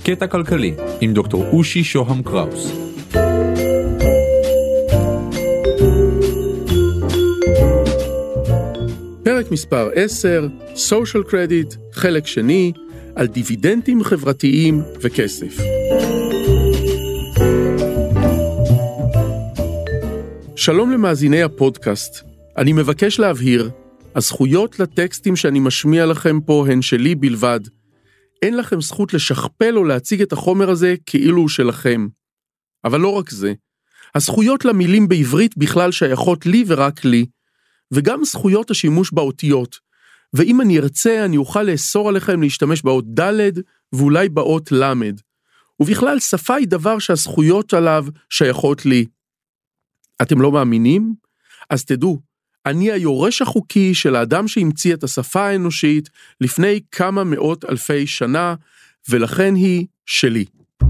קטע כלכלי עם דוקטור אושי שוהם קראוס. פרק מספר 10, Social Credit, חלק שני, על דיבידנדים חברתיים וכסף. שלום למאזיני הפודקאסט. אני מבקש להבהיר, הזכויות לטקסטים שאני משמיע לכם פה הן שלי בלבד. אין לכם זכות לשכפל או להציג את החומר הזה כאילו הוא שלכם. אבל לא רק זה. הזכויות למילים בעברית בכלל שייכות לי ורק לי, וגם זכויות השימוש באותיות. ואם אני ארצה, אני אוכל לאסור עליכם להשתמש באות ד' ואולי באות למד. ובכלל, שפה היא דבר שהזכויות עליו שייכות לי. אתם לא מאמינים? אז תדעו, אני היורש החוקי של האדם שהמציא את השפה האנושית לפני כמה מאות אלפי שנה, ולכן היא שלי.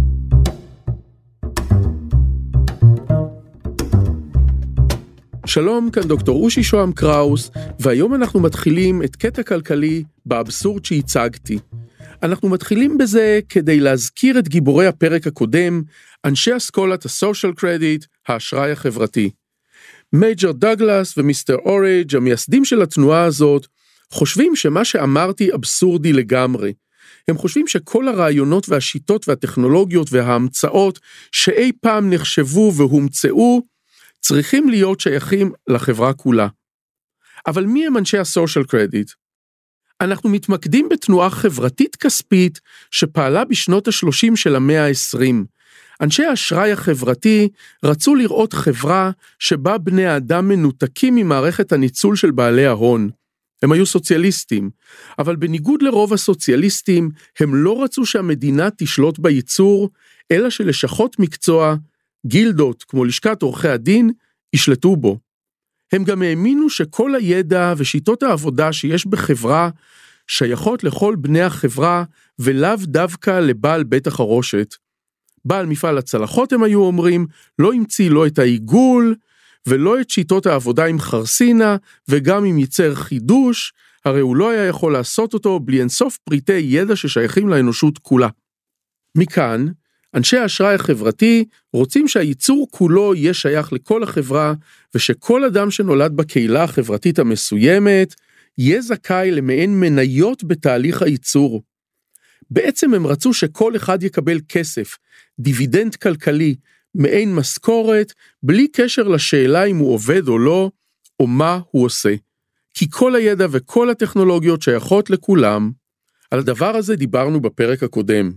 שלום, כאן דוקטור אושי שוהם קראוס, והיום אנחנו מתחילים את קטע כלכלי באבסורד שהצגתי. אנחנו מתחילים בזה כדי להזכיר את גיבורי הפרק הקודם, אנשי אסכולת הסושיאל קרדיט, האשראי החברתי. מייג'ר דאגלס ומיסטר אוריג', המייסדים של התנועה הזאת, חושבים שמה שאמרתי אבסורדי לגמרי. הם חושבים שכל הרעיונות והשיטות והטכנולוגיות וההמצאות שאי פעם נחשבו והומצאו, צריכים להיות שייכים לחברה כולה. אבל מי הם אנשי הסושיאל קרדיט? אנחנו מתמקדים בתנועה חברתית כספית שפעלה בשנות ה-30 של המאה ה-20. אנשי האשראי החברתי רצו לראות חברה שבה בני האדם מנותקים ממערכת הניצול של בעלי ההון. הם היו סוציאליסטים, אבל בניגוד לרוב הסוציאליסטים, הם לא רצו שהמדינה תשלוט בייצור, אלא שלשכות מקצוע, גילדות כמו לשכת עורכי הדין, ישלטו בו. הם גם האמינו שכל הידע ושיטות העבודה שיש בחברה, שייכות לכל בני החברה, ולאו דווקא לבעל בית החרושת. בעל מפעל הצלחות, הם היו אומרים, לא המציא לא את העיגול, ולא את שיטות העבודה עם חרסינה, וגם אם ייצר חידוש, הרי הוא לא היה יכול לעשות אותו בלי אינסוף פריטי ידע ששייכים לאנושות כולה. מכאן, אנשי האשראי החברתי רוצים שהייצור כולו יהיה שייך לכל החברה, ושכל אדם שנולד בקהילה החברתית המסוימת, יהיה זכאי למעין מניות בתהליך הייצור. בעצם הם רצו שכל אחד יקבל כסף, דיבידנד כלכלי, מעין משכורת, בלי קשר לשאלה אם הוא עובד או לא, או מה הוא עושה. כי כל הידע וכל הטכנולוגיות שייכות לכולם. על הדבר הזה דיברנו בפרק הקודם.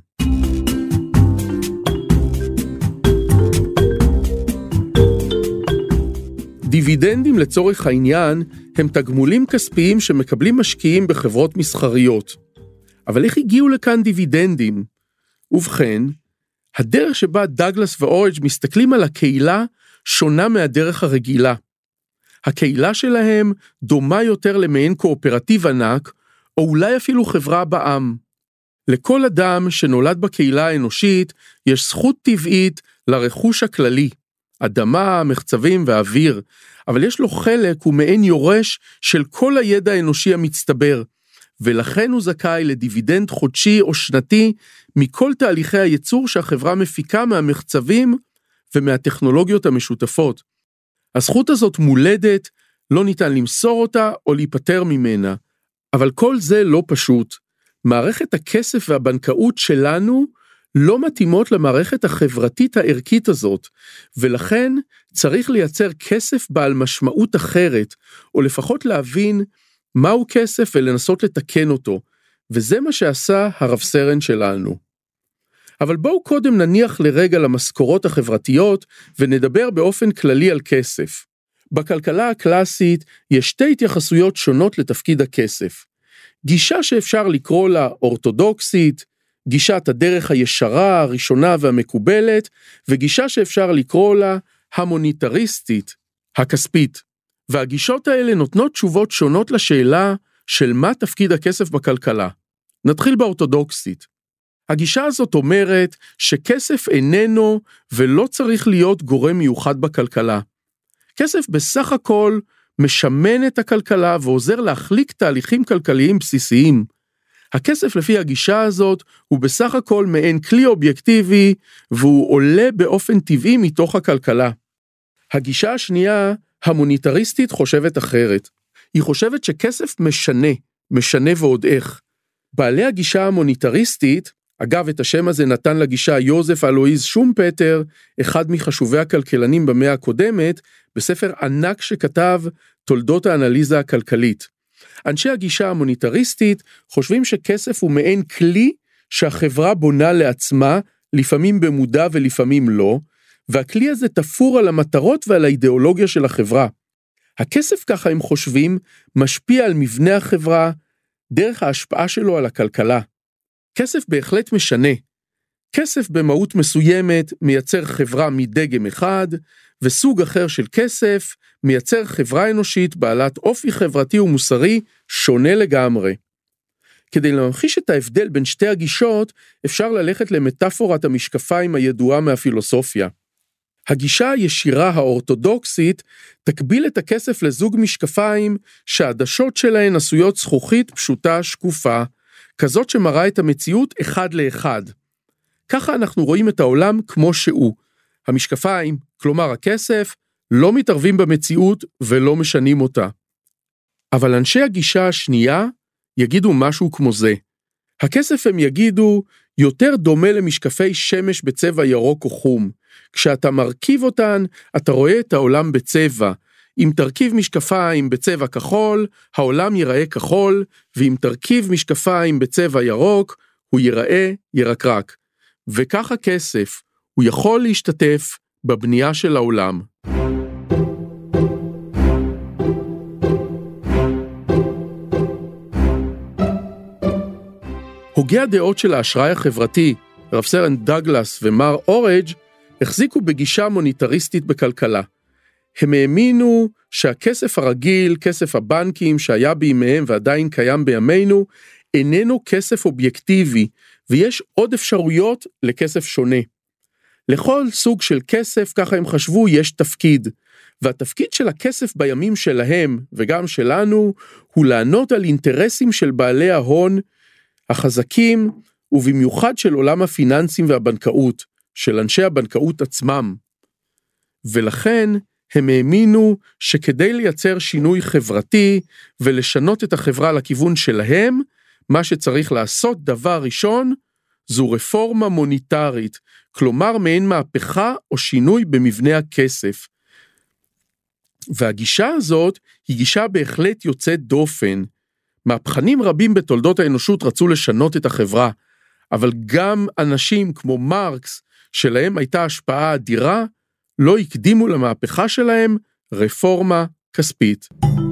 דיבידנדים לצורך העניין הם תגמולים כספיים שמקבלים משקיעים בחברות מסחריות. אבל איך הגיעו לכאן דיבידנדים? ובכן, הדרך שבה דאגלס ואוריג' מסתכלים על הקהילה שונה מהדרך הרגילה. הקהילה שלהם דומה יותר למעין קואופרטיב ענק, או אולי אפילו חברה בעם. לכל אדם שנולד בקהילה האנושית יש זכות טבעית לרכוש הכללי, אדמה, מחצבים ואוויר, אבל יש לו חלק ומעין יורש של כל הידע האנושי המצטבר, ולכן הוא זכאי לדיבידנד חודשי או שנתי מכל תהליכי הייצור שהחברה מפיקה מהמחצבים ומהטכנולוגיות המשותפות. הזכות הזאת מולדת, לא ניתן למסור אותה או להיפטר ממנה, אבל כל זה לא פשוט. מערכת הכסף והבנקאות שלנו לא מתאימות למערכת החברתית הערכית הזאת, ולכן צריך לייצר כסף בעל משמעות אחרת, או לפחות להבין מהו כסף ולנסות לתקן אותו, וזה מה שעשה הרב סרן שלנו. אבל בואו קודם נניח לרגע למשכורות החברתיות, ונדבר באופן כללי על כסף. בכלכלה הקלאסית יש שתי התייחסויות שונות לתפקיד הכסף. גישה שאפשר לקרוא לה אורתודוקסית, גישת הדרך הישרה, הראשונה והמקובלת, וגישה שאפשר לקרוא לה המוניטריסטית, הכספית. והגישות האלה נותנות תשובות שונות לשאלה של מה תפקיד הכסף בכלכלה. נתחיל באורתודוקסית. הגישה הזאת אומרת שכסף איננו ולא צריך להיות גורם מיוחד בכלכלה. כסף בסך הכל משמן את הכלכלה ועוזר להחליק תהליכים כלכליים בסיסיים. הכסף לפי הגישה הזאת הוא בסך הכל מעין כלי אובייקטיבי, והוא עולה באופן טבעי מתוך הכלכלה. הגישה השנייה, המוניטריסטית, חושבת אחרת. היא חושבת שכסף משנה ועוד איך. בעלי הגישה המוניטריסטית, אגב את השם הזה נתן לגישה יוזף אלואיז שומפטר, אחד מחשובי הכלכלנים במאה הקודמת, בספר ענק שכתב תולדות האנליזה הכלכלית. אנשי הגישה המוניטריסטית חושבים שכסף הוא מעין כלי שהחברה בונה לעצמה, לפעמים במודע ולפעמים לא, והכלי הזה תפור על המטרות ועל האידיאולוגיה של החברה. הכסף, ככה הם חושבים, משפיע על מבנה החברה, דרך ההשפעה שלו על הכלכלה. כסף בהחלט משנה. כסף במהות מסוימת מייצר חברה מדגם אחד, וסוג אחר של כסף מייצר חברה אנושית בעלת אופי חברתי ומוסרי שונה לגמרי. כדי להמחיש את ההבדל בין שתי הגישות, אפשר ללכת למטאפורת המשקפיים הידועה מהפילוסופיה. הגישה הישירה האורתודוקסית תקביל את הכסף לזוג משקפיים שהעדשות שלהן עשויות זכוכית פשוטה שקופה, כזאת שמראה את המציאות אחד לאחד. ככה אנחנו רואים את העולם כמו שהוא. המשקפיים, כלומר הכסף, לא מתערבים במציאות ולא משנים אותה. אבל אנשי הגישה השנייה יגידו משהו כמו זה. הכסף, הם יגידו, יותר דומה למשקפי שמש בצבע ירוק או חום. כשאתה מרכיב אותן, אתה רואה את העולם בצבע. אם תרכיב משקפיים בצבע כחול, העולם ייראה כחול, ואם תרכיב משקפיים בצבע ירוק, הוא ייראה ירקרק. וככה כסף, הוא יכול להשתתף בבנייה של העולם. הוגי הדעות של האשראי החברתי, רב סרן דגלס ומר אורג', החזיקו בגישה מוניטריסטית בכלכלה. הם האמינו שהכסף הרגיל, כסף הבנקים שהיה בימיהם ועדיין קיים בימינו, איננו כסף אובייקטיבי, ויש עוד אפשרויות לכסף שונה. לכל סוג של כסף, ככה הם חשבו, יש תפקיד, והתפקיד של הכסף בימים שלהם וגם שלנו, הוא לענות על אינטרסים של בעלי ההון החזקים, ובמיוחד של עולם הפיננסים והבנקאות, של אנשי הבנקאות עצמם. ולכן הם האמינו שכדי לייצר שינוי חברתי ולשנות את החברה לכיוון שלהם, מה שצריך לעשות דבר ראשון, זו רפורמה מוניטרית, כלומר מעין מהפכה או שינוי במבנה הכסף. והגישה הזאת היא גישה בהחלט יוצאת דופן. מהפכנים רבים בתולדות האנושות רצו לשנות את החברה, אבל גם אנשים כמו מרקס, שלהם הייתה השפעה אדירה, לא הקדימו למהפכה שלהם רפורמה כספית.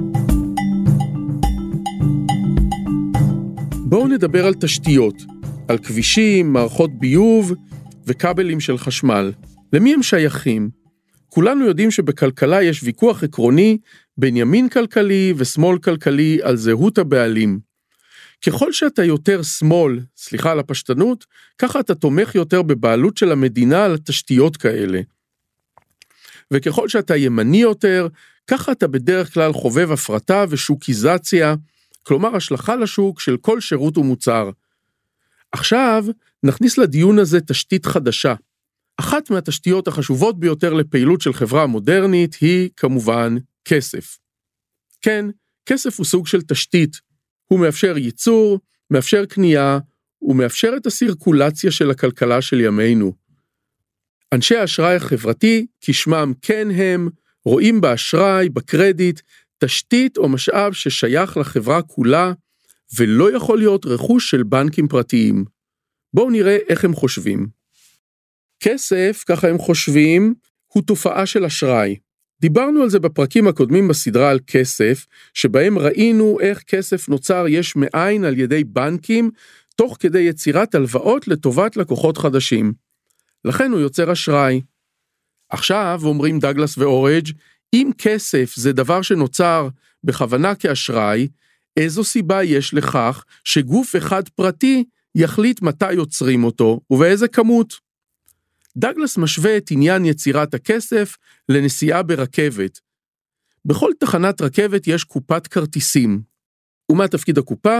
בואו נדבר על תשתיות, על כבישים, מערכות ביוב וכבלים של חשמל. למי הם שייכים? כולנו יודעים שבכלכלה יש ויכוח עקרוני בין ימין כלכלי ושמאל כלכלי על זהות הבעלים. ככל שאתה יותר שמאל, סליחה על הפשטנות, ככה אתה תומך יותר בבעלות של המדינה על תשתיות כאלה. וככל שאתה ימני יותר, ככה אתה בדרך כלל חובב הפרטה ושוקיזציה, כלומר השלכה לשוק של כל שירות ומוצר. עכשיו נכניס לדיון הזה תשתית חדשה. אחת מהתשתיות החשובות ביותר לפעילות של חברה מודרנית היא כמובן כסף. כן, כסף הוא סוג של תשתית. הוא מאפשר ייצור, מאפשר קנייה, ומאפשר את הסירקולציה של הכלכלה של ימינו. אנשי האשראי החברתי, כשמם כן הם, רואים באשראי, בקרדיט, תשתית או משאב ששייך לחברה כולה, ולא יכול להיות רכוש של בנקים פרטיים. בואו נראה איך הם חושבים. כסף, ככה הם חושבים, הוא תופעה של אשראי. דיברנו על זה בפרקים הקודמים בסדרה על כסף, שבהם ראינו איך כסף נוצר יש מאין על ידי בנקים, תוך כדי יצירת הלוואות לטובת לקוחות חדשים. לכן הוא יוצר אשראי. עכשיו, אומרים דגלס ואורג', אם כסף זה דבר שנוצר בכוונה כאשראי, איזו סיבה יש לכך שגוף אחד פרטי יחליט מתי יוצרים אותו ובאיזה כמות? דגלס משווה את עניין יצירת הכסף לנסיעה ברכבת. בכל תחנת רכבת יש קופת כרטיסים. ומה תפקיד הקופה?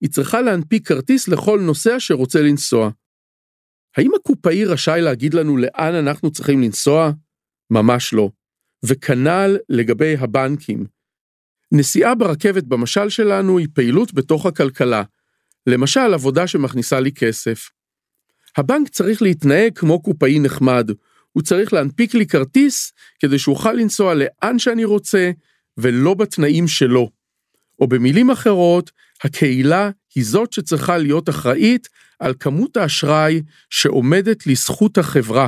היא צריכה להנפיק כרטיס לכל נוסע שרוצה לנסוע. האם הקופאי רשאי להגיד לנו לאן אנחנו צריכים לנסוע? ממש לא. וכנ"ל לגבי הבנקים. נסיעה ברכבת במשל שלנו היא פעילות בתוך הכלכלה. למשל, עבודה שמכניסה לי כסף. הבנק צריך להתנהג כמו קופאי נחמד. הוא צריך להנפיק לי כרטיס כדי שאוכל לנסוע לאן שאני רוצה ולא בתנאים שלו. או במילים אחרות, הקהילה היא זאת שצריכה להיות אחראית על כמות האשראי שעומדת לזכות החברה.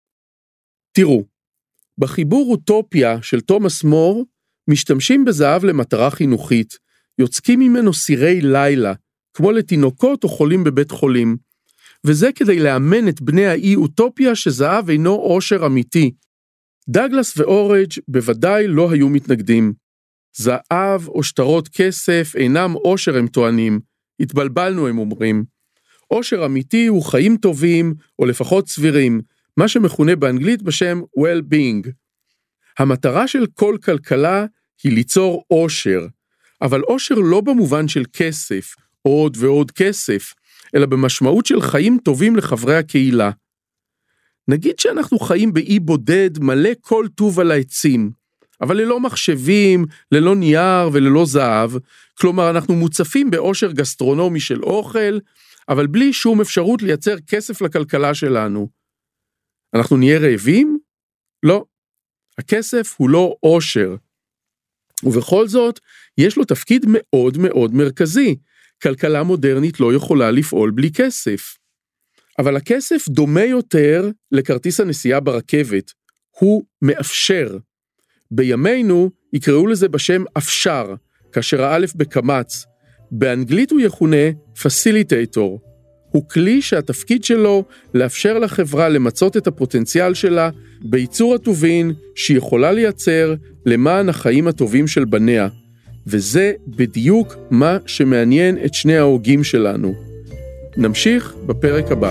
תראו, בחיבור אוטופיה של תומאס מור, משתמשים בזהב למטרה חינוכית, יוצקים ממנו סירי לילה, כמו לתינוקות או חולים בבית חולים, וזה כדי לאמן את בני האי אוטופיה שזהב אינו עושר אמיתי. דאגלס ואורג' בוודאי לא היו מתנגדים. זהב או שטרות כסף אינם עושר הם טוענים, התבלבלנו הם אומרים. עושר אמיתי הוא חיים טובים או לפחות סבירים, מה שמכונה באנגלית בשם well-being. המטרה של כל כלכלה היא ליצור עושר, אבל עושר לא במובן של כסף, עוד ועוד כסף, אלא במשמעות של חיים טובים לחברי הקהילה. נגיד שאנחנו חיים באי בודד מלא כל טוב על העצים, אבל ללא מחשבים, ללא נייר וללא זהב, כלומר אנחנו מוצפים בעושר גסטרונומי של אוכל, אבל בלי שום אפשרות לייצר כסף לכלכלה שלנו. אנחנו נהיה רעבים? לא. הכסף הוא לא עושר. ובכל זאת, יש לו תפקיד מאוד מאוד מרכזי. כלכלה מודרנית לא יכולה לפעול בלי כסף. אבל הכסף דומה יותר לכרטיס הנסיעה ברכבת. הוא מאפשר. בימינו יקראו לזה בשם אפשר, כאשר האלף בקמץ. באנגלית הוא יכונה פסיליטייטור. הוא כלי שהתפקיד שלו לאפשר לחברה למצות את הפוטנציאל שלה בייצור הטובין שהיא יכולה לייצר למען החיים הטובים של בניה. וזה בדיוק מה שמעניין את שני ההוגים שלנו. נמשיך בפרק הבא.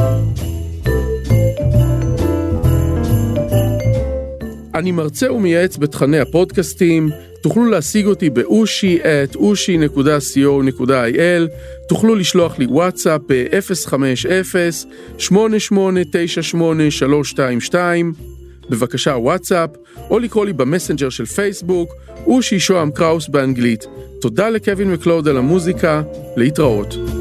אני מרצה ומייעץ בתכני הפודקאסטים, תוכלו להשיג אותי ב-ushi@ushi.co.il, תוכלו לשלוח לי וואטסאפ ב-050-8898-322, בבקשה וואטסאפ, או לקרוא לי במסנג'ר של פייסבוק, אושי שוהם קראוס באנגלית. תודה לקווין מקלוד על המוזיקה, להתראות.